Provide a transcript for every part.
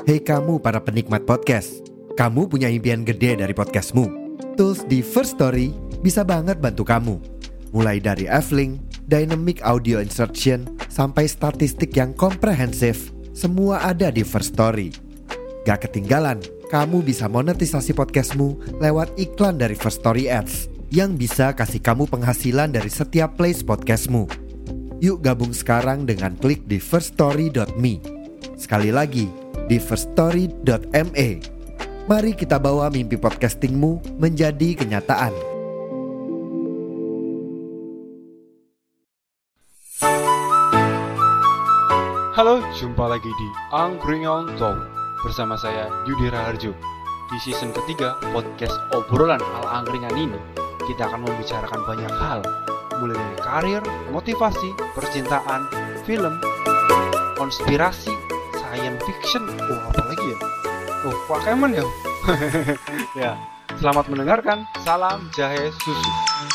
Hei kamu para penikmat podcast, kamu punya impian gede dari podcastmu? Tools di First Story bisa banget bantu kamu. Mulai dari F-Link, Dynamic Audio Insertion, sampai statistik yang komprehensif, semua ada di First Story. Gak ketinggalan, kamu bisa monetisasi podcastmu lewat iklan dari First Story Ads yang bisa kasih kamu penghasilan dari setiap plays podcastmu. Yuk gabung sekarang dengan klik di firststory.me. Sekali lagi, di firststory.me. Mari kita bawa mimpi podcastingmu menjadi kenyataan. Halo, jumpa lagi di Angkringan Talk bersama saya Yudi Raharjo. Di season ketiga podcast obrolan ala angkringan ini, kita akan membicarakan banyak hal, mulai dari karir, motivasi, percintaan, film, konspirasi, science fiction, apa lagi ya? Pokemon ya. Ya, selamat mendengarkan. Salam jahe susu.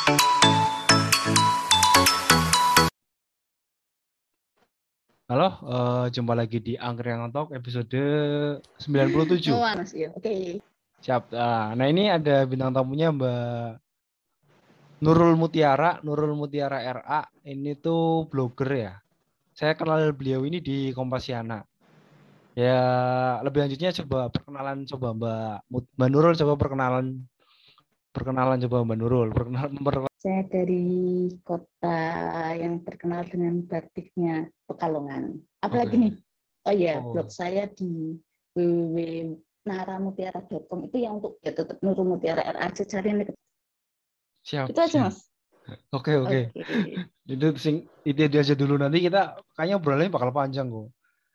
Halo, jumpa lagi di Angkringan Talk episode 97. Oh, Mas, ya. Oke. Siap. Nah, ini ada bintang tamunya Mbak Nurul Mutiara RA. Ini tuh blogger ya. Saya kenal beliau ini di Kompasiana. Ya, lebih lanjutnya coba Mbak Nurul, coba perkenalan coba Mbak Nurul. Saya dari kota yang terkenal dengan batiknya Pekalongan. Apalagi nih? Oh iya, blog saya di www.naramutiara.com itu yang untuk ya tetap Nurul Mutiara RA aja, cari yang Siap. itu aja, Mas. Oke. Itu aja dulu, nanti kita kayaknya obrolannya bakal panjang kok.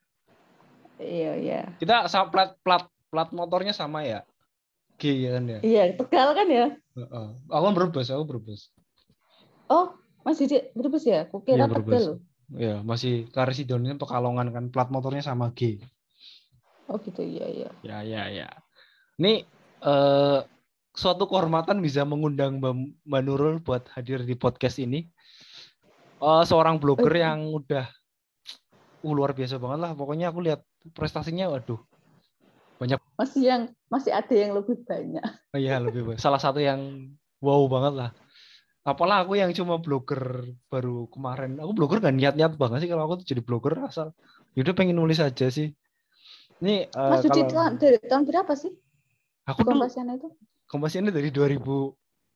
Iya. Kita sama plat motornya sama ya? G ya kan ya? Iya, Tegal kan ya? Aku Brebes. Oh, masih di Brebes ya? Kukira Tegal loh. Iya, masih Karisidonnya Pekalongan kan, plat motornya sama G. Oh gitu, iya. Ya. Ini suatu kehormatan bisa mengundang Mbak Nurul buat hadir di podcast ini. Seorang blogger yang udah luar biasa banget lah. Pokoknya aku lihat prestasinya, waduh, banyak. Masih ada yang lebih banyak. Iya, lebih banyak. Salah satu yang wow banget lah. Apalah aku yang cuma blogger baru kemarin. Aku blogger gak niat-niat banget sih kalau aku tuh jadi blogger asal. Yaudah pengen nulis aja sih. Ini Mas Yudi dari tahun berapa sih? Aku tuh Kompasiana itu? Kompasiana dari 2016.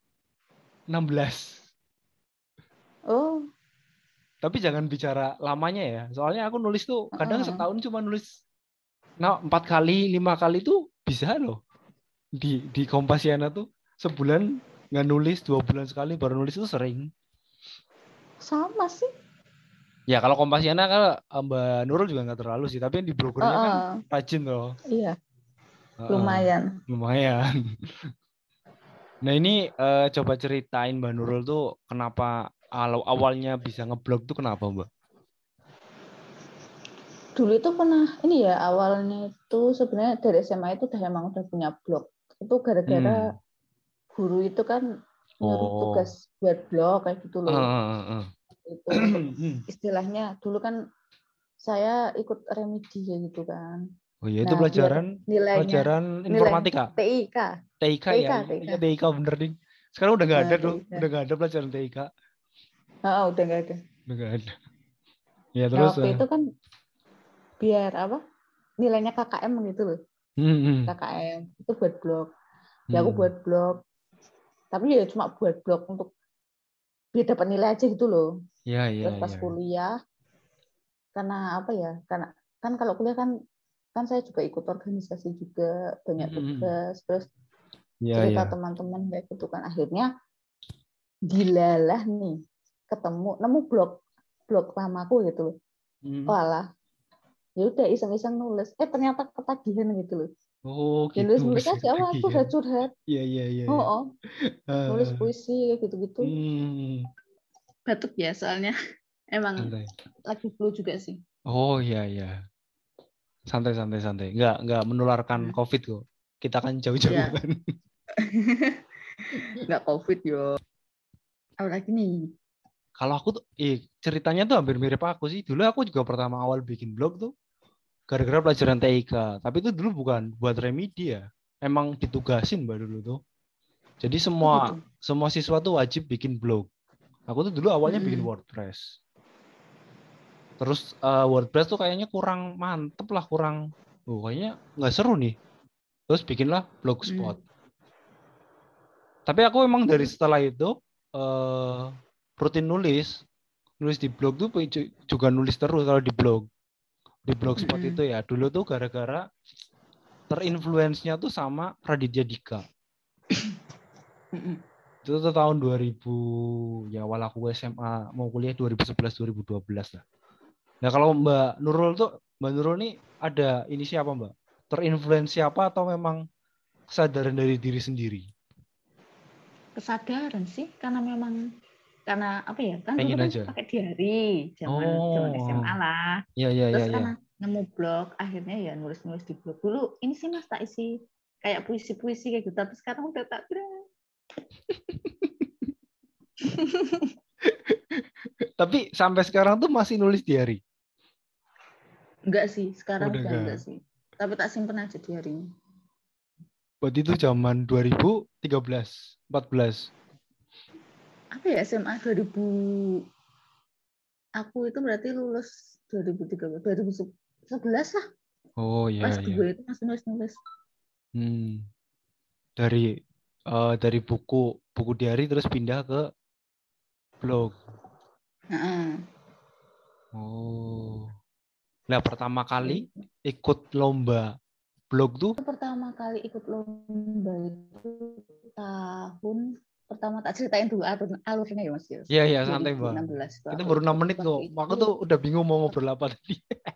Oh. Tapi jangan bicara lamanya ya. Soalnya aku nulis tuh kadang setahun cuma nulis 4 kali, 5 kali tuh bisa loh. Di Kompasiana tuh sebulan nggak nulis, 2 bulan sekali baru nulis itu sering. Sama sih. Ya kalau Kompasiana kan Mbak Nurul juga nggak terlalu sih. Tapi di blogernya kan rajin loh. Iya. Lumayan. Nah ini coba ceritain Mbak Nurul tuh kenapa awalnya bisa ngeblog tuh kenapa Mbak? Dulu itu pernah awalnya itu sebenarnya dari SMA itu emang udah punya blog. Itu gara-gara guru itu kan nyuruh tugas buat blog kayak gitu loh. Itu istilahnya dulu kan saya ikut remedi gitu kan. Oh iya, itu pelajaran informatika. TIK ya. Iya, TIK bener nih. Sekarang udah nggak ada tuh. Udah nggak ada pelajaran TIK. Udah nggak ada. Ya terus. Waktu itu kan biar nilainya KKM gitu loh. KKM itu buat blog. Ya aku buat blog. Tapi ya cuma buat blog untuk biar dapat nilai aja gitu loh. Terus pas kuliah, karena karena kan kalau kuliah kan saya juga ikut organisasi juga, banyak tugas, terus cerita teman-teman kayak gitu kan. Akhirnya dilalah nih nemu blog lamaku gitu loh. Walah, ya udah iseng-iseng nulis. Ternyata ketagihan gitu loh. Oh gitu. Nulis aja, aku udah curhat. Iya. Nulis puisi kayak gitu-gitu. Batuk ya soalnya. Emang lagi flu juga sih. Oh iya. Santai. Nggak menularkan COVID kok. Kita kan jauh-jauh kan. Nggak COVID yo. Apalagi nih. Kalau aku tuh, ceritanya tuh hampir mirip aku sih. Dulu aku juga pertama awal bikin blog tuh gara-gara pelajaran TIK. Tapi itu dulu bukan buat remedi ya. Emang ditugasin Mbak dulu tuh. Jadi semua siswa tuh wajib bikin blog. Aku tuh dulu awalnya bikin WordPress. Terus WordPress tuh kayaknya kurang mantep lah, kayaknya nggak seru nih. Terus bikinlah Blogspot. Tapi aku emang dari setelah itu rutin nulis di blog tuh juga nulis terus kalau di blog. Di Blogspot itu ya, dulu tuh gara-gara terinfluence-nya tuh sama Raditya Dika. Itu tuh tahun 2000, ya awal aku SMA mau kuliah 2011-2012 lah. Nah kalau Mbak Nurul nih ada ini siapa Mbak? Terinfluence siapa atau memang kesadaran dari diri sendiri? Kesadaran sih, karena apa ya, kan pengen dulu kan aja pakai diary zaman SMA lah. Terus karena nemu blog, akhirnya ya nulis di blog dulu. Ini sih Mas tak isi kayak puisi kayak gitu, tapi sekarang udah tak Tapi sampai sekarang tuh masih nulis diary? Enggak sih, sekarang udah enggak sih. Tapi tak simpen aja diary-nya. Berarti itu zaman 2013, 14. Apa ya, SMA 2000. Aku itu berarti lulus 2013, 2011 lah. Oh iya. Pas kedua itu masih nulis. Dari buku diary terus pindah ke blog. Oh. Nah, pertama kali ikut lomba blog tuh? Pertama kali ikut lomba itu tahun pertama, tak ceritain dulu alurnya ya Mas. Iya, santai Mbak. Itu baru 6 menit kok. Aku tuh udah bingung mau ngobrol apa tadi.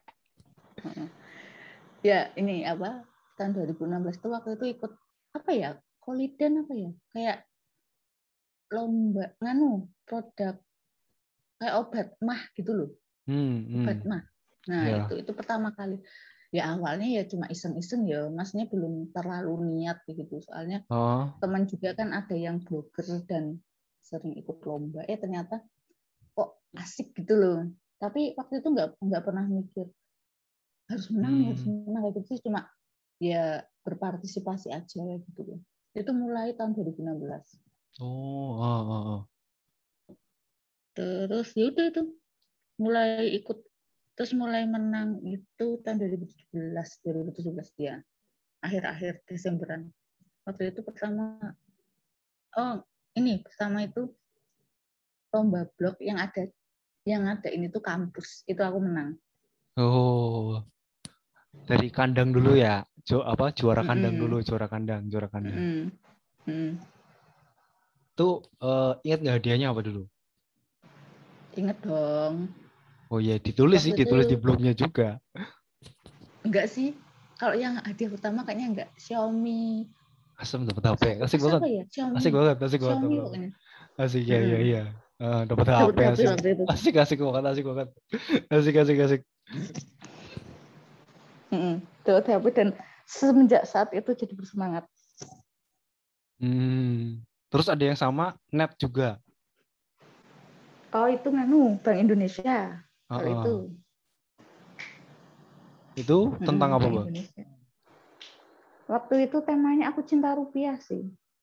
Ya, ini apa? Tahun 2016 itu waktu itu ikut apa ya? Koliden apa ya? Kayak lomba produk kayak obat mah gitu loh. Obat mah. Nah, itu pertama kali. Ya awalnya ya cuma iseng-iseng ya, Masnya belum terlalu niat gitu. Soalnya teman juga kan ada yang blogger dan sering ikut lomba. Ternyata kok asik gitu loh. Tapi waktu itu nggak pernah mikir harus menang gitu sih, cuma ya berpartisipasi aja gitu loh. Itu mulai tahun 2016. Terus ya udah itu mulai ikut, terus mulai menang itu tahun 2017 ya, akhir Desemberan. Waktu itu pertama itu lomba blog yang ada ini tuh kampus, itu aku menang. Dari kandang dulu ya, juara kandang dulu, juara kandang. Tuh ingat nggak hadiahnya apa dulu? Ingat dong. Oh iya, ditulis di blognya juga. Enggak sih, kalau yang hadiah pertama kayaknya enggak, Xiaomi. Asem dapat HP, asik banget. Ya? Asik banget. Xiaomi pokoknya. Asik ya. Dapat HP asik banget. Asik. Dapat HP dan semenjak saat itu jadi bersemangat. Terus ada yang sama net juga. Oh itu Bank Indonesia. Itu tentang apa, Mbak? Waktu itu temanya Aku Cinta Rupiah sih.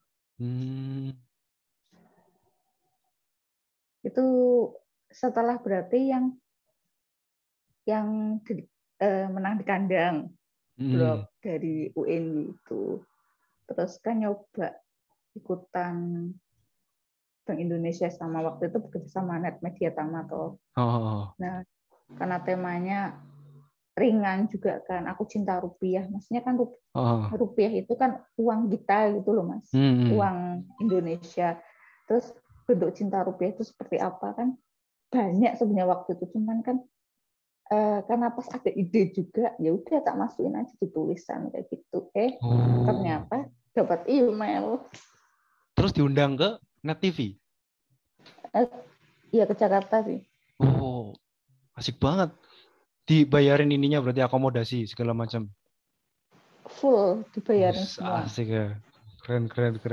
Itu setelah berarti yang menang di kandang blog dari UIN itu. Terus kan nyoba ikutan Bank Indonesia sama waktu itu bekerja sama Net Media Tamato. Nah, karena temanya ringan juga kan, Aku Cinta Rupiah. Maksudnya kan rupiah itu kan uang kita gitu loh Mas, uang Indonesia. Terus bentuk cinta rupiah itu seperti apa kan banyak sebenarnya waktu itu, cuman kan karena pas ada ide juga ya udah tak masukin aja di tulisan kayak gitu. Ternyata dapat email. Terus diundang ke Net TV? Iya, ke Jakarta sih. Asik banget. Dibayarin ininya berarti akomodasi segala macam. Full dibayarin semua. Asik ya. Keren.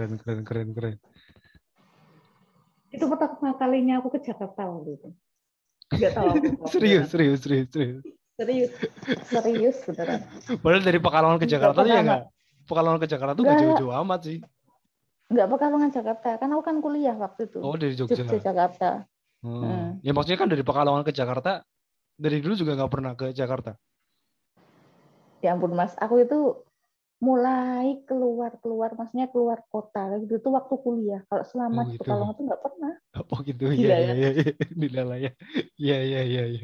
Itu pertama kalinya aku ke Jakarta waktu itu. Nggak tahu aku. Serius. Serius beneran. Padahal dari Pekalongan ke Jakarta tuh ya nggak. Pekalongan ke Jakarta tuh nggak jauh-jauh amat sih. Nggak Pekalongan Jakarta, kan aku kan kuliah waktu itu. Oh, dari Jogja. Jakarta. Ya maksudnya kan dari Pekalongan ke Jakarta, dari dulu juga nggak pernah ke Jakarta. Ya ampun Mas, aku itu mulai keluar maksudnya keluar kota gitu tuh waktu kuliah. Kalau selama di Pekalongan tuh nggak pernah. Oh gitu. Gila, Iya. Gila ya. Iya.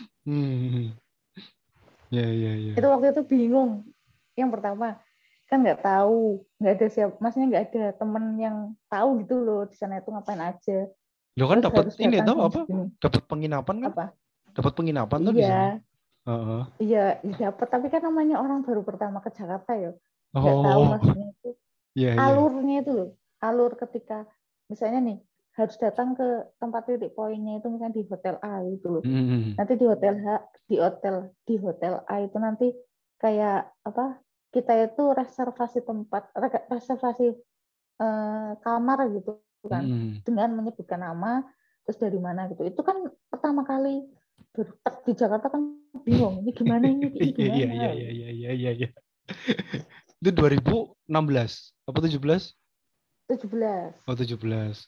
Iya. Itu waktu itu bingung. Yang pertama kan nggak tahu, nggak ada siapa, maksudnya nggak ada temen yang tahu gitu loh di sana itu ngapain aja. Lo kan dapat ini tuh apa? Segini. Dapat penginapan kan? Apa? Dapat penginapan tuh di sana. Iya, dapat. Tapi kan namanya orang baru pertama ke Jakarta ya, nggak tahu maksudnya itu. Alurnya itu loh, alur ketika misalnya nih harus datang ke tempat titik poinnya itu misalnya di hotel A itu loh. Nanti di hotel A itu nanti kayak apa? Kita itu reservasi tempat, reservasi kamar gitu kan, dengan menyebutkan nama, terus dari mana gitu. Itu kan pertama kali bertek di Jakarta kan bingung, ini gimana ini gimana. Iya. Itu 2016 apa 17? 17. Oh 17.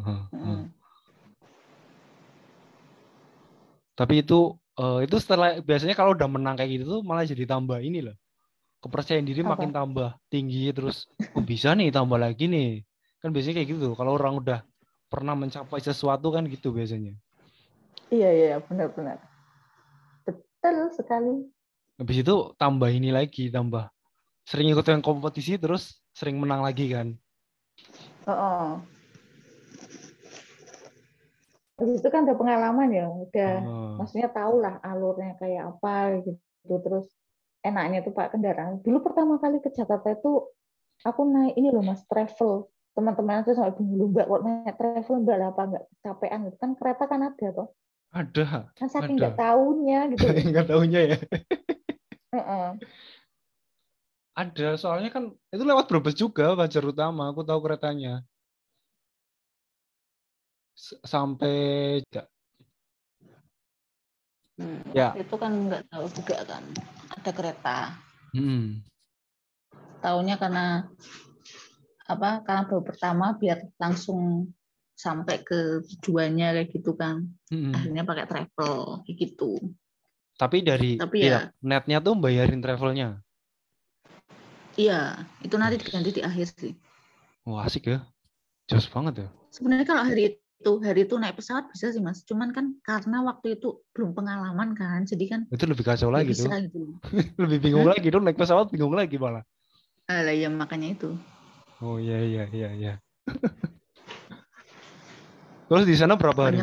Tapi itu setelah biasanya kalau udah menang kayak gitu tuh malah jadi tambah ini loh. Kepercayaan diri makin tambah tinggi, terus bisa nih tambah lagi nih. Kan biasanya kayak gitu kalau orang udah pernah mencapai sesuatu kan gitu biasanya. Iya benar. Betul sekali. Habis itu tambah ini lagi, tambah sering ikut yang kompetisi terus sering menang lagi kan. Terus itu kan udah pengalaman ya, udah maksudnya tahu lah alurnya kayak apa gitu. Terus enaknya tuh Pak kendaraan. Dulu pertama kali ke Jakarta itu aku naik ini loh Mas, travel. Teman-teman aku sampai bingung, Mbak kok naik travel Mbak lah apa nggak capean gitu kan, kereta kan ada toh. Ada. Kan saking nggak tahunya gitu. Nggak tahunya ya. Ada, soalnya kan itu lewat Brebes juga, Fajar Utama. Aku tahu keretanya. Sampai ya. Itu kan nggak tahu juga kan ada kereta. Taunya karena baru pertama biar langsung sampai ke tujuannya kayak gitu kan. Akhirnya pakai travel kayak gitu. Tapi ya netnya tuh bayarin travelnya. Iya, itu nanti diganti di akhir sih. Wah, asik ya. Jos banget ya. Sebenarnya kalau hari itu naik pesawat bisa sih Mas. Cuman kan karena waktu itu belum pengalaman kan, jadi kan itu lebih kacau lagi tuh. Gitu. Lebih bingung lagi dong, naik pesawat bingung lagi malah. Lah ya makanya itu. Oh iya. Terus di sana berapa hari?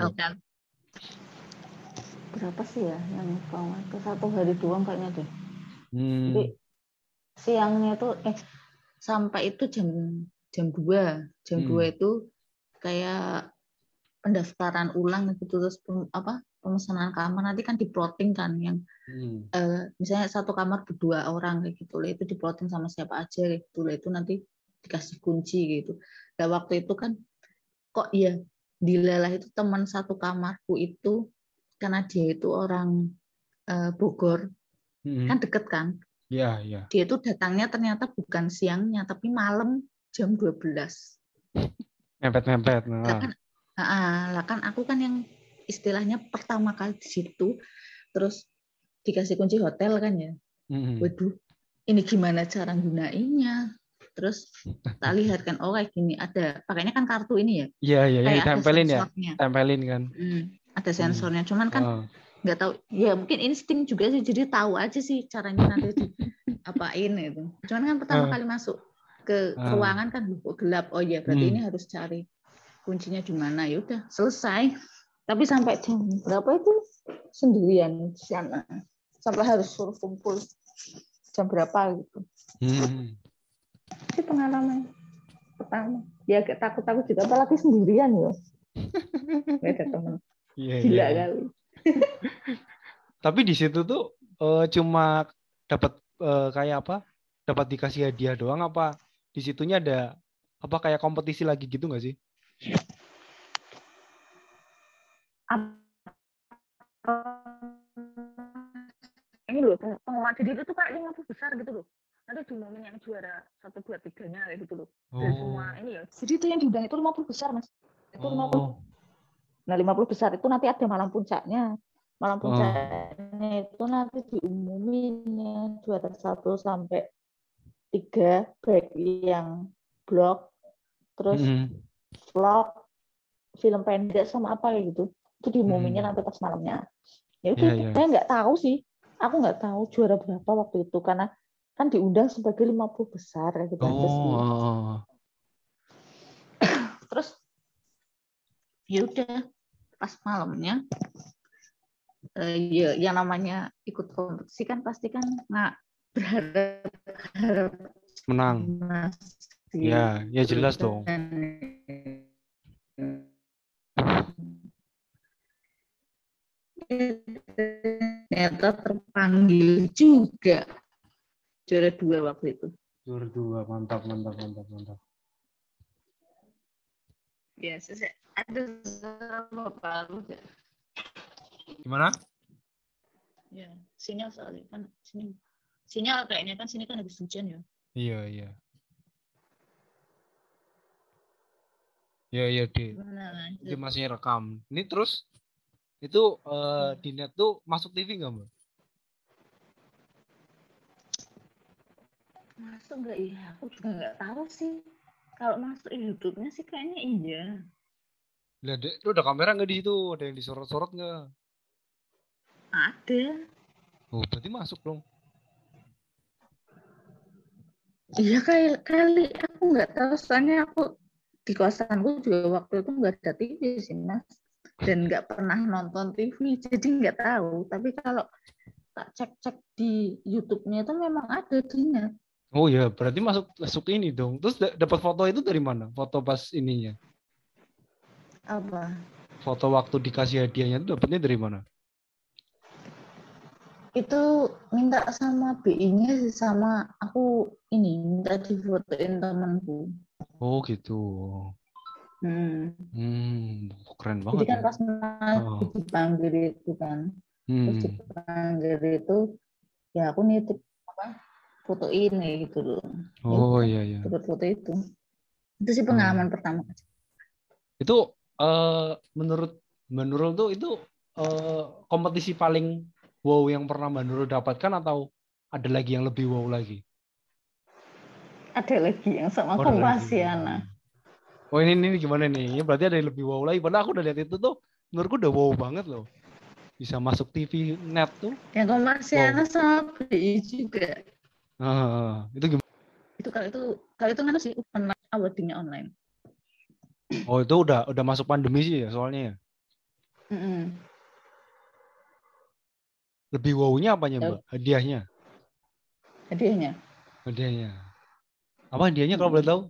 Berapa sih ya yang ke 1 hari doang kayaknya deh. Jadi siangnya tuh sampai itu jam 2. Jam 2 itu kayak pendaftaran ulang gitu, terus pemesanan kamar nanti kan diplotting kan yang misalnya satu kamar berdua orang kayak gitu lah, itu diplotting sama siapa aja kayak gitu lah, itu nanti dikasih kunci gitu. Nah waktu itu kan kok ya dilelah itu teman satu kamarku itu karena dia itu orang Bogor kan deket kan. Iya. Dia itu datangnya ternyata bukan siangnya tapi malam jam 12. Mepet. Lah kan aku kan yang istilahnya pertama kali di situ, terus dikasih kunci hotel kan ya. Waduh, ini gimana cara gunainnya? Terus tak lihat kan, kayak gini ada, pakainya kan kartu ini ya. Iya, tempelin kan. Ada sensornya, cuman kan nggak tahu, ya mungkin insting juga sih, jadi tahu aja sih caranya nanti diapain itu. Cuman kan pertama kali masuk ke ruangan kan gelap, oh ya berarti ini harus cari kuncinya di mana, ya udah selesai. Tapi sampai jam berapa itu sendirian di sana, sampai harus suruh kumpul jam berapa gitu. Itu pengalaman pertama. Ya agak takut juga, apalagi sendirian ya. Gak ada teman. Gila kali. Tapi di situ tuh cuma dapat kayak apa? Dapat dikasih hadiah doang apa? Di situnya ada apa kayak kompetisi lagi gitu nggak sih? loh, pengumuman. Jadi itu tuh kayak 50 besar gitu loh. Nanti diumumin yang juara 1, 2, 3-nya kayak gitu loh. Dari semua ini ya. Jadi itu yang diundang itu 50 besar, Mas. Itu 50. Nah, 50 besar itu nanti ada malam puncaknya. Malam puncaknya itu nanti diumumin yang juara 1 sampai 3, baik yang blog, terus vlog, film pendek sama apa gitu. Itu diumuminnya nanti pas malamnya. Ya udah, saya nggak tahu sih. Aku nggak tahu juara berapa waktu itu karena kan diundang sebagai 50 besar gitu aja sih. Terus ya udah pas malamnya ya yang namanya ikut kompetisi kan pasti kan nggak berharap menang. Ya jelas dong. Ternyata terpanggil juga juara 2 waktu itu. Juara 2, mantap. Ya, ada sama Palu. Gimana? Ya, sinyal soalnya kan sinyal kayaknya kan sini kan habis hujan ya. Iya. Iya dia masih rekam. Ini terus itu di net tuh masuk TV nggak, Mbak? Masuk nggak ya? Aku juga nggak tahu sih. Kalau masuk YouTube-nya sih kayaknya iya. Lihat, lu ada kamera nggak di situ? Ada yang disorot-sorot nggak? Ada. Oh, berarti masuk dong. Iya kali aku nggak tahu. Soalnya aku di kosanku juga waktu itu nggak ada TV sih, Mas. Dan nggak pernah nonton TV, jadi nggak tahu. Tapi kalau tak cek di YouTube-nya itu memang ada di net. Oh ya, berarti masuk ini dong. Terus dapat foto itu dari mana? Foto pas ininya. Apa? Foto waktu dikasih hadiahnya itu dapatnya dari mana? Itu minta sama BI-nya sih, sama aku ini minta difotoin temanku. Oh gitu. Keren banget. Jadi kan pas dipanggil itu kan, terus dipanggil itu ya aku nitip fotoin kayak gitu loh. Oh iya. Foto itu sih pengalaman pertama. Itu menurut tuh itu kompetisi paling wow yang pernah Mbak Nurul dapatkan atau ada lagi yang lebih wow lagi? Ada lagi yang sama Kompasiana. Oh ini gimana nih? Ini berarti ada yang lebih wow lagi. Padahal aku udah lihat itu tuh, menurutku udah wow banget loh. Bisa masuk TV net tuh. Yang Kompasiana sama BI juga. Itu gimana? Itu kalau itu kan sih awarding-nya online. Oh itu udah masuk pandemi sih ya soalnya ya. Lebih wow-nya apanya Mbak? Hadiahnya. Apa hadiahnya kalau boleh tahu?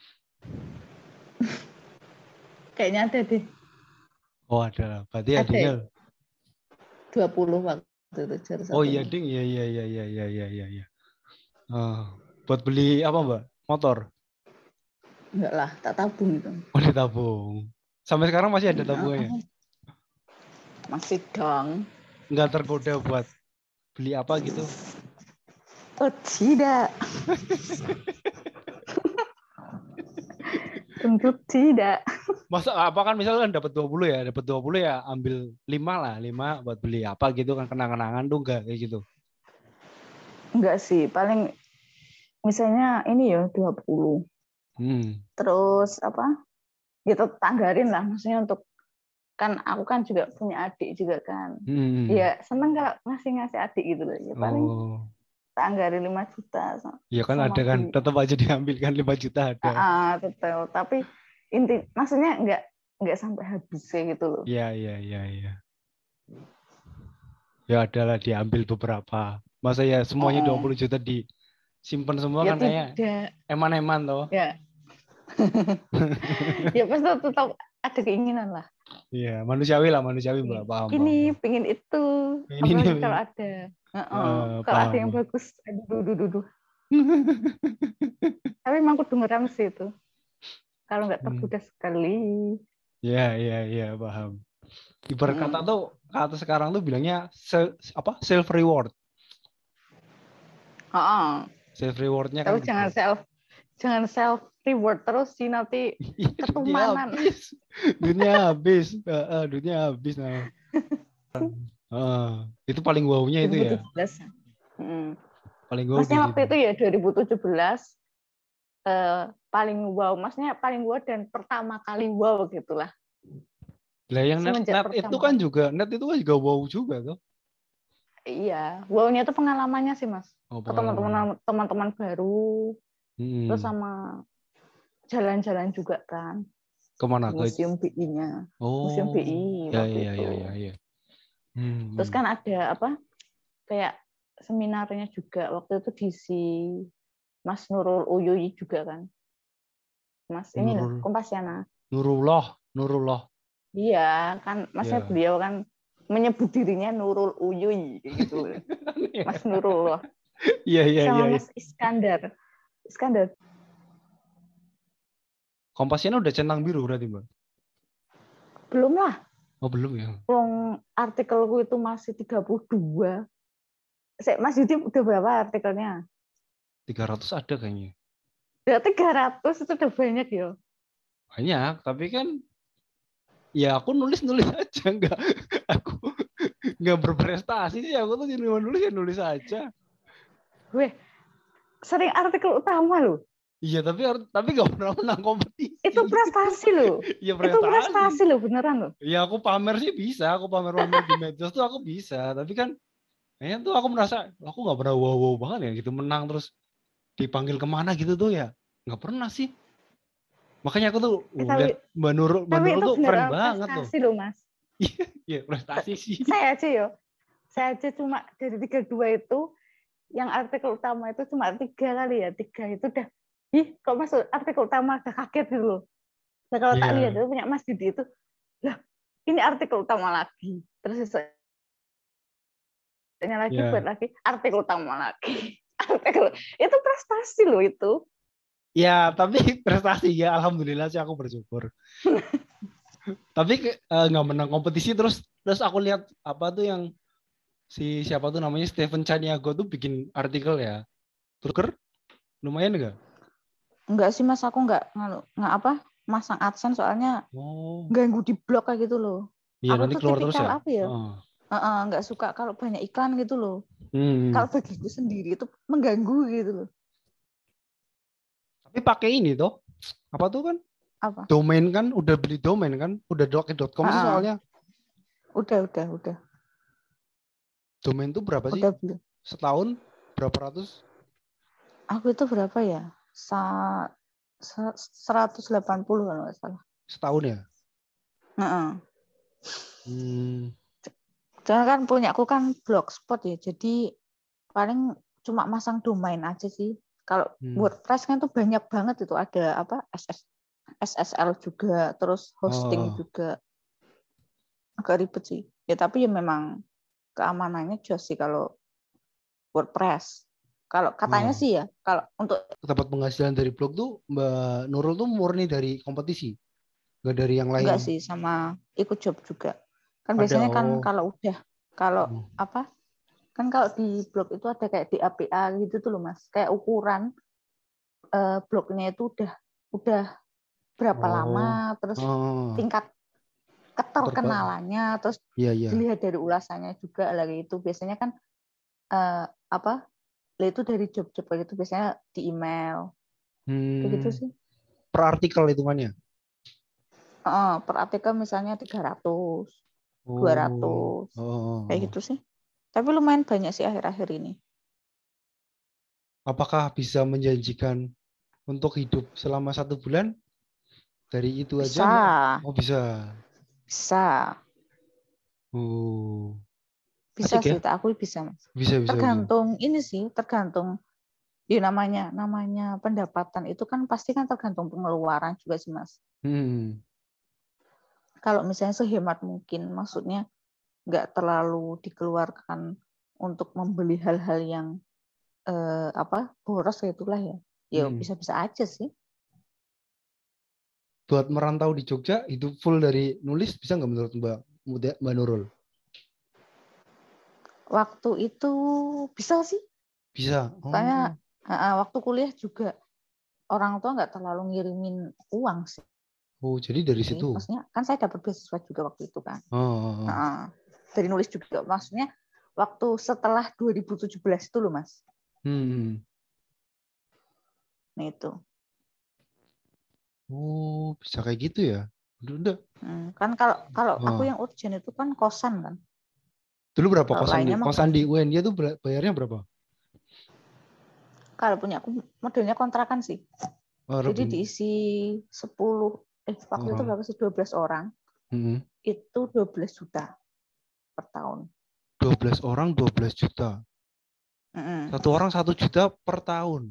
Kayaknya ada deh. Oh ada. Berarti hadiahnya 20 waktu itu. Oh iya ding. Iya. Buat beli apa Mbak? Motor? Enggak lah, tak tabung itu. Oh ditabung. Sampai sekarang masih ada tabungannya? Masih dong. Nggak tergoda buat beli apa gitu? Oh tidak. Tentu tidak. Masa apa kan misalkan dapat 20 ya ambil 5 buat beli apa gitu kan kenang-kenangan tuh enggak kayak gitu. Enggak sih, paling misalnya ini ya 20. Terus apa? Gitu tanggarin lah maksudnya untuk kan aku kan juga punya adik juga kan. Ya seneng kalau ngasih adik gitu loh. Ya paling anggarin 5 juta. Iya kan ada kan, tetap aja diambil kan 5 juta ada. Betul. Tapi maksudnya nggak sampai habisnya gitu loh. Iya. Ya adalah diambil beberapa. Masa ya semuanya 20 juta disimpan semua ya, kan kayak eman-eman toh. Ya. Ya pasti tetap ada keinginan lah. Iya, manusiawi Mbak, paham. Ini pengin itu. Apalagi kalau ada. Kalau ada yang bagus, aduh. Tapi emang kudu ngeram sih itu. Kalau nggak tergoda sekali. Iya, paham. Ibarat kata tuh, kata sekarang tuh bilangnya self reward. Self rewardnya Tapi kan jangan self reward terus sih, nanti ketumanan. Dunia habis. Dunia habis. Nah. Itu paling wow-nya itu ya. 2017. Paling wow. Maksudnya waktu itu ya 2017 paling wow. Maksudnya paling wow dan pertama kali wow gitulah. Lah yang net itu kan juga wow juga tuh. Iya, wow-nya itu pengalamannya sih Mas. Teman-teman baru, terus sama jalan-jalan juga kan. Kemana? Museum BI-nya. Museum BI waktu itu. Iya. Terus kan ada kayak seminarnya juga waktu itu diisi Mas Nurul Uyuy juga kan. Mas ini loh, Kompasiana. Nurullah. Iya, kan Masnya beliau kan menyebut dirinya Nurul Uyuy gitu. Mas Nurul. Iya. Sama Mas Iskandar. Kompasiana udah centang biru berarti, Mbak? Belum lah. Oh, belum ya. Artikelku itu masih 32. Mas Yudi udah berapa artikelnya? 300 ada kayaknya. Ya 300 itu udah banyak ya. Banyak, tapi kan ya aku nulis aja, aku nggak berprestasi sih, aku tuh cuma nulis aja. Weh, sering artikel utama loh. Iya, tapi nggak pernah menang kompetisi. Itu prestasi loh. Iya, itu prestasi loh, beneran loh. Iya, aku pamer sih bisa, aku pamer di medsos tuh aku bisa, tapi kan kayaknya tuh aku merasa aku nggak pernah wow banget ya gitu, menang terus dipanggil kemana gitu tuh ya nggak pernah sih. Makanya aku tuh lihat Mbak Nurul tuh keren banget loh. Prestasi loh Mas. Iya, prestasi sih. Saya aja cuma dari 32 itu, yang artikel utama itu cuma 3 kali ya. 3 itu udah, kok masuk artikel utama, udah kaget gitu loh. Nah kalau tak lihat itu punya Mas Didi itu, lah ini artikel utama lagi. Terus lagi buat lagi artikel utama lagi. Itu prestasi loh itu. Ya, tapi prestasi ya, alhamdulillah sih aku bersyukur. Tapi nggak menang kompetisi, terus aku lihat apa tuh yang siapa tuh namanya Stephen Chaniago tuh bikin artikel ya. Terus lumayan nggak? Enggak sih Mas, aku nggak masang AdSense soalnya ganggu di blog kayak gitu loh. Iya, nanti keluar terus ya. Apa ya? Nggak suka kalau banyak iklan gitu loh. Kalau bagiku sendiri itu mengganggu gitu loh. Tapi pakai ini tuh, apa tuh kan? Apa? Domain kan, udah beli domain kan? Udah domain.com sih soalnya. Udah. Domain tuh berapa sih? Udah beli. Setahun berapa ratus? Aku itu berapa ya? 180 kalau nggak salah. Setahun ya? Jangan kan punyaku kan blogspot ya, jadi paling cuma masang domain aja sih. Kalau WordPress kan tuh banyak banget itu, ada SSL juga, terus hosting juga. Agak ribet sih. Ya tapi ya memang keamanannya jos sih kalau WordPress. Kalau katanya sih ya, kalau untuk dapat penghasilan dari blog tuh Mbak Nurul tuh murni dari kompetisi, nggak dari yang lain? Enggak sih, sama ikut job juga. Kan biasanya kan kalau kan kalau di blog itu ada kayak di APA gitu tuh loh Mas, kayak ukuran blognya itu udah berapa lama, terus tingkat keterkenalannya, terus dilihat dari ulasannya juga lagi itu. Biasanya kan itu dari job-job kayak gitu, biasanya di email kayak gitu sih. Per artikel hitungannya? Per artikel misalnya 300, 200 kayak gitu sih. Tapi lumayan banyak sih akhir-akhir ini. Apakah bisa menjanjikan untuk hidup selama 1 bulan dari itu bisa. aja? Oh, bisa. Bisa. Bisa sih, tak aku bisa Mas. Bisa. Tergantung ini sih, tergantung ya namanya pendapatan itu kan pasti kan tergantung pengeluaran juga sih Mas. Kalau misalnya sehemat mungkin, maksudnya nggak terlalu dikeluarkan untuk membeli hal-hal yang boros itulah ya. Ya bisa-bisa aja sih. Buat merantau di Jogja, hidup full dari nulis bisa nggak menurut Mbak Nurul? Waktu itu bisa sih. Bisa. Soalnya waktu kuliah juga orang tua nggak terlalu ngirimin uang sih. Oh, jadi dari situ. Maksudnya kan saya dapat beasiswa juga waktu itu kan. Oh. Dari nulis juga. Maksudnya waktu setelah 2017 itu loh, Mas. Nah itu. Oh, bisa kayak gitu ya? Udah. Kan kalau aku yang urgent itu kan kosan kan. Dulu berapa kalau kosan di UNY itu bayarnya berapa? Kalau punya aku modelnya kontrakan sih. Jadi diisi 10 waktu itu berapa sih? 12 orang. Itu 12 juta per tahun. 12 orang 12 juta. Satu orang 1 juta per tahun.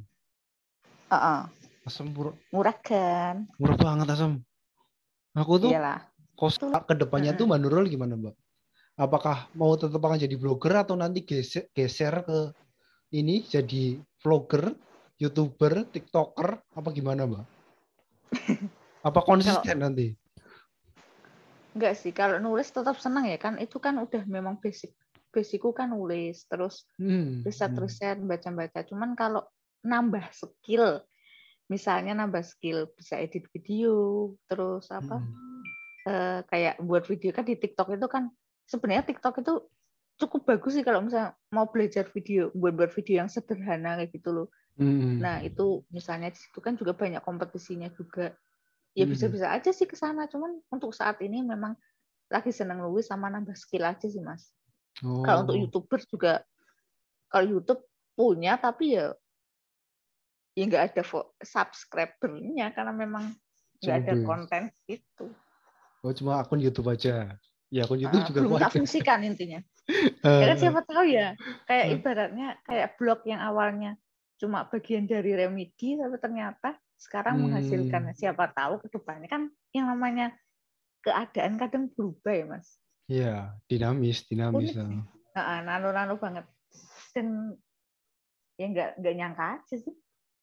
Asem murah kan? Murah banget Asem. Aku tuh kos ke depannya tuh Mbak Nurul gimana Mbak? Apakah mau tetap akan jadi blogger atau nanti geser ke ini jadi vlogger, YouTuber, TikToker apa gimana Mbak? Apa konsisten nanti? Enggak sih, kalau nulis tetap senang ya kan, itu kan udah memang basicku kan nulis, terus riset-riset, baca-baca. Cuman kalau nambah skill, misalnya nambah skill bisa edit video, terus kayak buat video kan di TikTok itu kan, sebenarnya TikTok itu cukup bagus sih kalau misalnya mau belajar video, buat video yang sederhana kayak gitu loh. Nah itu misalnya di situ kan juga banyak kompetisinya juga. Ya bisa-bisa aja sih ke sana, cuman untuk saat ini memang lagi seneng nulis sama nambah skill aja sih Mas. Kalau untuk YouTuber juga, kalau YouTube punya tapi ya nggak ada subscribernya karena memang nggak ada konten itu. Oh cuma akun YouTube aja. Ya akun YouTube juga belum tak fungsikan intinya. Ya kan siapa tahu ya, kayak ibaratnya kayak blog yang awalnya cuma bagian dari remedi tapi ternyata sekarang menghasilkan. Siapa tahu ke depannya kan yang namanya keadaan kadang berubah ya Mas. Iya, dinamis. Nano banget. Dan ya nggak nyangka aja sih.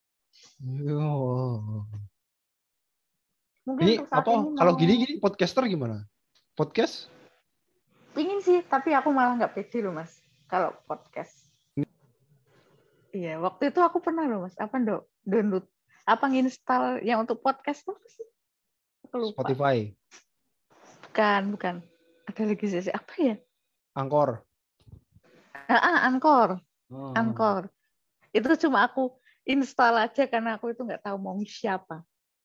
Mungkin ini untuk saat apa? ini Kalau gini podcaster gimana? Podcast? Pingin sih, tapi aku malah nggak pede loh Mas. Kalau podcast. Iya, waktu itu aku pernah loh Mas. Download nginstal yang untuk podcast tuh sih? Spotify. Bukan. Ada lagi sih apa ya? Anchor. Anchor. Anchor. Itu cuma aku install aja karena aku itu nggak tahu mau siapa.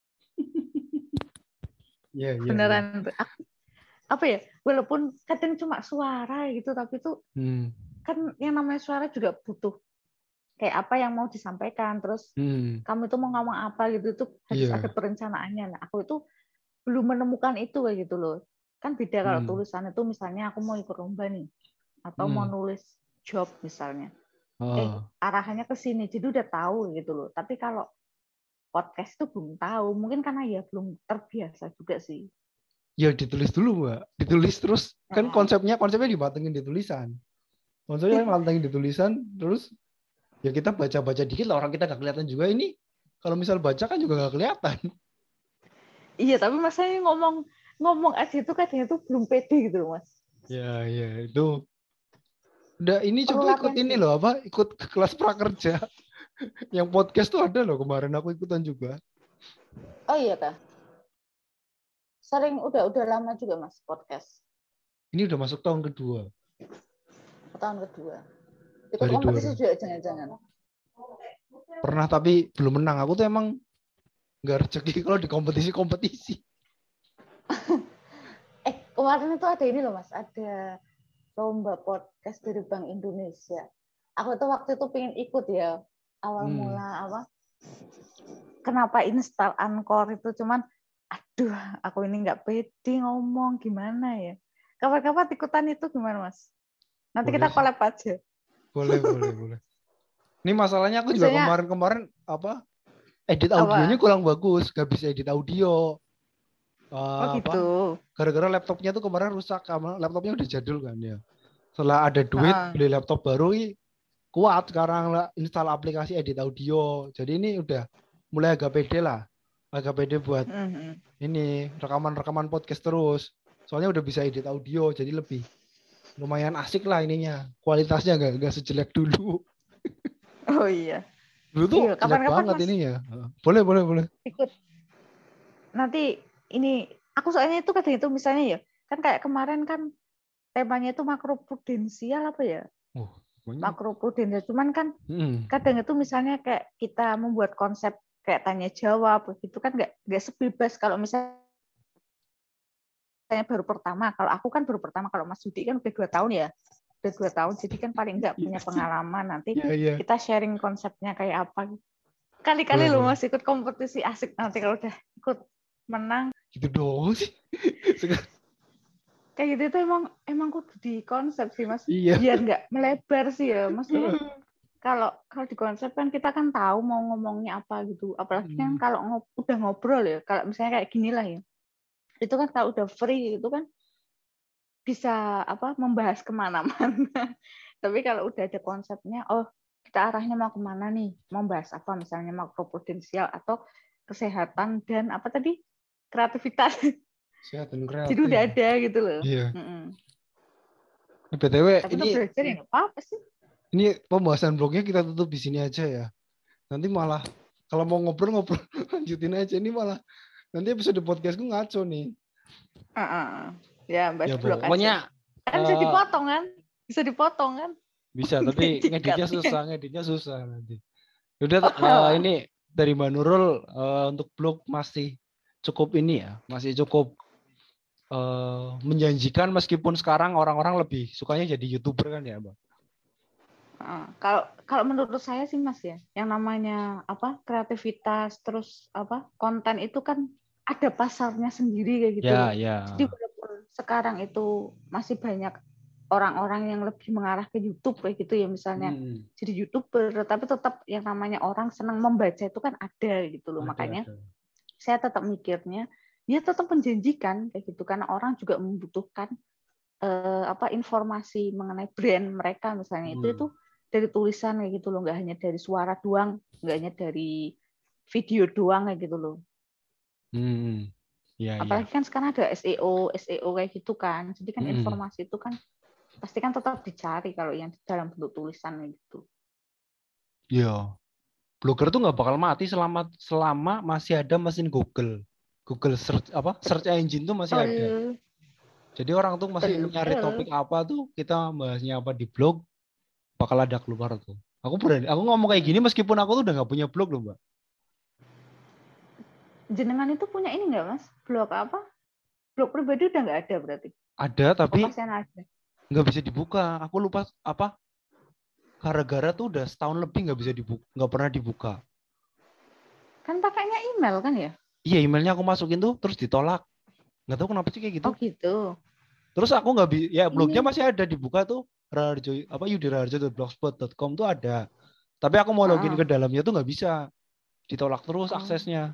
Beneran. Apa ya? Walaupun kadang cuma suara gitu, tapi itu kan yang namanya suara juga butuh kayak apa yang mau disampaikan, terus kamu itu mau ngomong apa gitu, itu harus ada perencanaannya. Nah, aku itu belum menemukan itu kayak gitu loh. Kan beda kalau tulisan itu misalnya aku mau ikut lomba nih, atau mau nulis job misalnya. Arahannya ke sini, jadi udah tahu gitu loh. Tapi kalau podcast itu belum tahu, mungkin karena ya belum terbiasa juga sih. Ya ditulis dulu Mbak, ditulis terus kan konsepnya dimatengin di tulisan. Konsepnya matengin di tulisan, terus ya kita baca-baca dikit lah, orang kita nggak kelihatan juga ini. Kalau misal baca kan juga nggak kelihatan. Iya, tapi masanya ngomong aja itu kadang itu belum pede gitu loh Mas. Ya itu. Udah ini coba ikut ini loh ikut kelas prakerja. Yang podcast tuh ada loh kemarin aku ikutan juga. Oh iya kah? Sering udah lama juga Mas podcast. Ini udah masuk tahun kedua. Tahun kedua. Ikut kompetisi juga jangan-jangan. Pernah tapi belum menang. Aku tuh emang nggak rezeki kalau di kompetisi. Kemarin itu ada ini loh Mas, ada lomba podcast dari Bank Indonesia. Aku tuh waktu itu pengen ikut ya. Awal mula kenapa install Anchor itu, cuman aduh, aku ini nggak pede ngomong gimana ya. Kapan-kapan ikutan itu gimana Mas? Nanti boleh, kita collab aja. Boleh. Ini masalahnya aku juga kemarin edit audionya kurang bagus, nggak bisa edit audio. Gitu. Gara-gara laptopnya tuh kemarin rusak, laptopnya udah jadul kan ya. Setelah ada duit beli laptop baru, kuat sekarang install aplikasi edit audio. Jadi ini udah mulai agak pede lah. Agak pede buat ini rekaman podcast terus. Soalnya udah bisa edit audio, jadi lumayan asik lah ininya. Kualitasnya nggak sejelek dulu. Oh iya. Dulu tuh Iya, jelek kapan-kapan banget Mas ini ya. Boleh. ikut. Nanti ini aku soalnya itu kadang itu misalnya ya, kan kayak kemarin kan temanya itu makroprudensial apa ya? Oh, pokoknya. Makroprudensial. Cuman kan kadang itu misalnya kayak kita membuat konsep kayak tanya jawab begitu kan nggak sebebas kalau misalnya baru pertama. Kalau aku kan baru pertama, kalau Mas Yudi kan udah 2 tahun ya. Udah 2 tahun, jadi kan paling nggak punya pengalaman. Nanti kita sharing konsepnya kayak apa. Kali-kali lu Mas ikut kompetisi asik nanti kalau udah ikut menang. Gitu doang sih. Kayak gitu itu emang kudu di konsep sih Mas. Iya. Biar nggak melebar sih ya. Maksudnya kalau di konsep kan kita kan tahu mau ngomongnya apa gitu. Apalagi kan kalau udah ngobrol ya. Kalau misalnya kayak gini lah ya. Itu kan kalau udah free itu kan bisa membahas kemana-mana. Tapi kalau udah ada konsepnya, oh kita arahnya mau kemana nih? Mau bahas apa? Misalnya makroprudensial atau kesehatan dan apa tadi? Kreativitas. Kesehatan kreatif. Jadi udah ada gitu loh. Iya. BTW, tapi ini belajar ya nggak apa-apa sih. Ini pembahasan blognya kita tutup di sini aja ya. Nanti malah kalau mau ngobrol lanjutin aja. Ini malah nanti episode podcastku ngaco nih. Ya, bahas blog pokoknya aja. Kan bisa dipotong kan? Bisa dipotong kan? Bisa, tapi ngeditnya susah nanti. Udah, ini dari Mbak Nurul untuk blog masih cukup ini ya, masih cukup menjanjikan meskipun sekarang orang-orang lebih sukanya jadi YouTuber kan ya, Mbak? Kalau menurut saya sih Mas ya, yang namanya kreativitas terus konten itu kan ada pasarnya sendiri kayak gitu. Jadi walaupun sekarang itu masih banyak orang-orang yang lebih mengarah ke YouTube kayak gitu ya misalnya jadi YouTuber, tapi tetap yang namanya orang senang membaca itu kan ada gitu loh. Makanya saya tetap mikirnya ya tetap menjanjikan kayak gitu karena orang juga membutuhkan informasi mengenai brand mereka misalnya itu dari tulisan kayak gitu loh, nggak hanya dari suara doang, nggak hanya dari video doang kayak gitu loh. Apalagi kan sekarang ada SEO kayak gitu kan, jadi kan informasi itu kan pasti kan tetap dicari kalau yang dalam bentuk tulisan kayak gitu. Iya, blogger tuh nggak bakal mati selama masih ada mesin Google search engine tuh masih ada. Jadi orang tuh masih nyari topik apa tuh, kita bahasnya apa di blog, bakal ada keluar tuh. Aku ngomong kayak gini meskipun aku tuh udah nggak punya blog loh, Mbak. Jenengan itu punya ini nggak Mas? Blog apa? Blog pribadi udah nggak ada berarti? Ada tapi nggak bisa dibuka. Aku lupa apa? Gara-gara tuh udah setahun lebih nggak bisa dibuka, nggak pernah dibuka. Kan pakainya email kan ya? Iya, emailnya aku masukin tuh terus ditolak. Nggak tahu kenapa sih kayak gitu. Oh gitu. Terus aku nggak bisa, ya blognya masih ada dibuka tuh, yudiraharjo.blogspot.com tuh ada. Tapi aku mau login ke dalamnya tuh nggak bisa, ditolak terus aksesnya.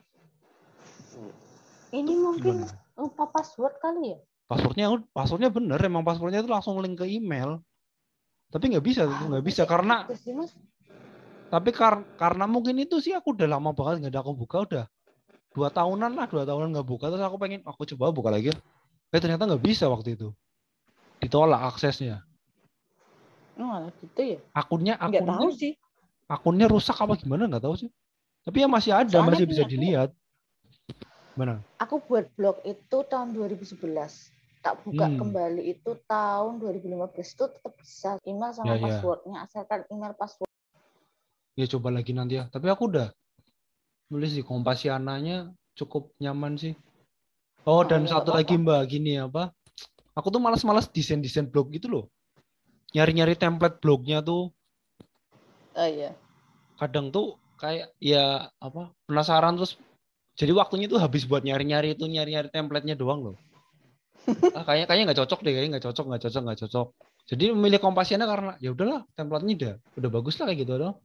Ini mungkin lupa password kali ya? Passwordnya bener, emang passwordnya itu langsung link ke email. Tapi nggak bisa karena. Tapi karena mungkin itu sih aku udah lama banget nggak ada aku buka, udah 2 tahunan nggak buka, terus aku coba buka lagi. Ternyata nggak bisa waktu itu, ditolak aksesnya. Oh gitu ya? Akunnya nggak tahu sih. Akunnya rusak apa gimana nggak tahu sih. Tapi ya masih ada, soalnya masih bisa dilihat. Mana? Aku buat blog itu tahun 2011. Tak buka kembali itu tahun 2015 itu tetap bisa email sama passwordnya, asalkan email password. Ya coba lagi nanti ya. Tapi aku udah nulis di Kompasiananya cukup nyaman sih. Oh, dan satu lagi Mbak, gini apa? Aku tuh malas desain blog gitu loh. Nyari-nyari template blognya tuh. Oh iya. Kadang tuh kayak ya apa? Penasaran terus. Jadi waktunya tuh habis buat nyari-nyari template-nya doang loh. Kayaknya nggak cocok deh, nggak cocok. Jadi memilih Kompasiana karena ya udahlah, template-nya udah bagus lah kayak gitu dong.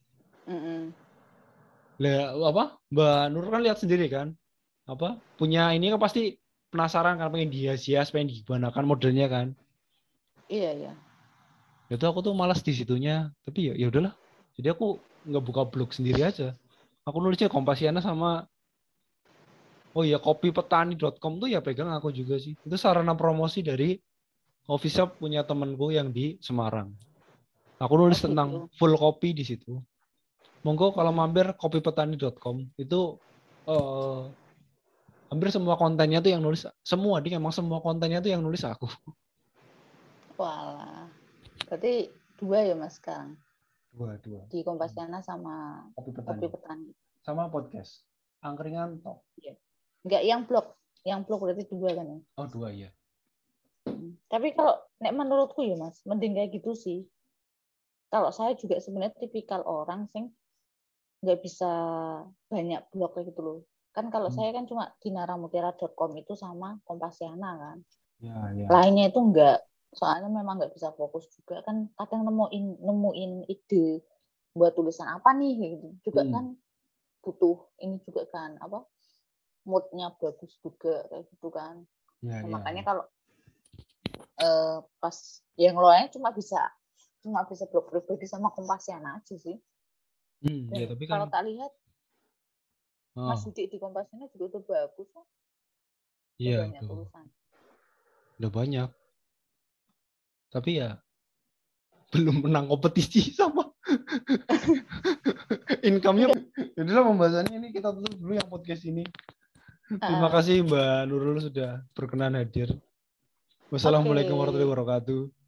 Mbak Nur kan lihat sendiri kan, punya ini kan pasti penasaran kan, pengen dihias, pengen gimana kan modelnya kan. Iya. Itu aku tuh malas di situnya, tapi ya udahlah. Jadi aku nggak buka blog sendiri aja. Aku nulisnya Kompasiana sama copypetani.com tuh ya pegang aku juga sih. Itu sarana promosi dari coffee shop punya temenku yang di Semarang. Aku nulis tentang full kopi di situ. Monggo kalau mampir kopipetani.com itu hampir semua kontennya tuh yang nulis semua, dia emang semua kontennya tuh yang nulis aku. Walah. Berarti 2 ya Mas sekarang? 2. Di Kompasiana sama Kopi Petani. Sama podcast. Angkringan Talk. Iya. Enggak yang blog berarti 2 kan ya? Oh 2 ya. Tapi kalau menurutku ya Mas, mending kayak gitu sih. Kalau saya juga sebenarnya tipikal orang sing nggak bisa banyak blog kayak gitu loh. Kan kalau saya kan cuma di naramutiara.com itu sama Kompasiana kan. Ya. Lainnya itu enggak. Soalnya memang nggak bisa fokus juga kan. Kadang nemuin ide buat tulisan apa nih gitu. Juga kan butuh ini juga kan apa? Moodnya bagus juga kayak gitu kan. Makanya kalau pas yang lainnya cuma bisa blog pribadi sama Kompasiana aja sih. Ya, tapi kalau kan tak lihat Mas Budi di Kompasiana juga udah bagus kok. Iya, banyak tulisan. Udah banyak. Tapi ya belum menang kompetisi sama income-nya. Jadilah pembahasannya ini kita tutup dulu yang podcast ini. Terima kasih Mbak Nurul sudah berkenan hadir. Wassalamualaikum warahmatullahi wabarakatuh.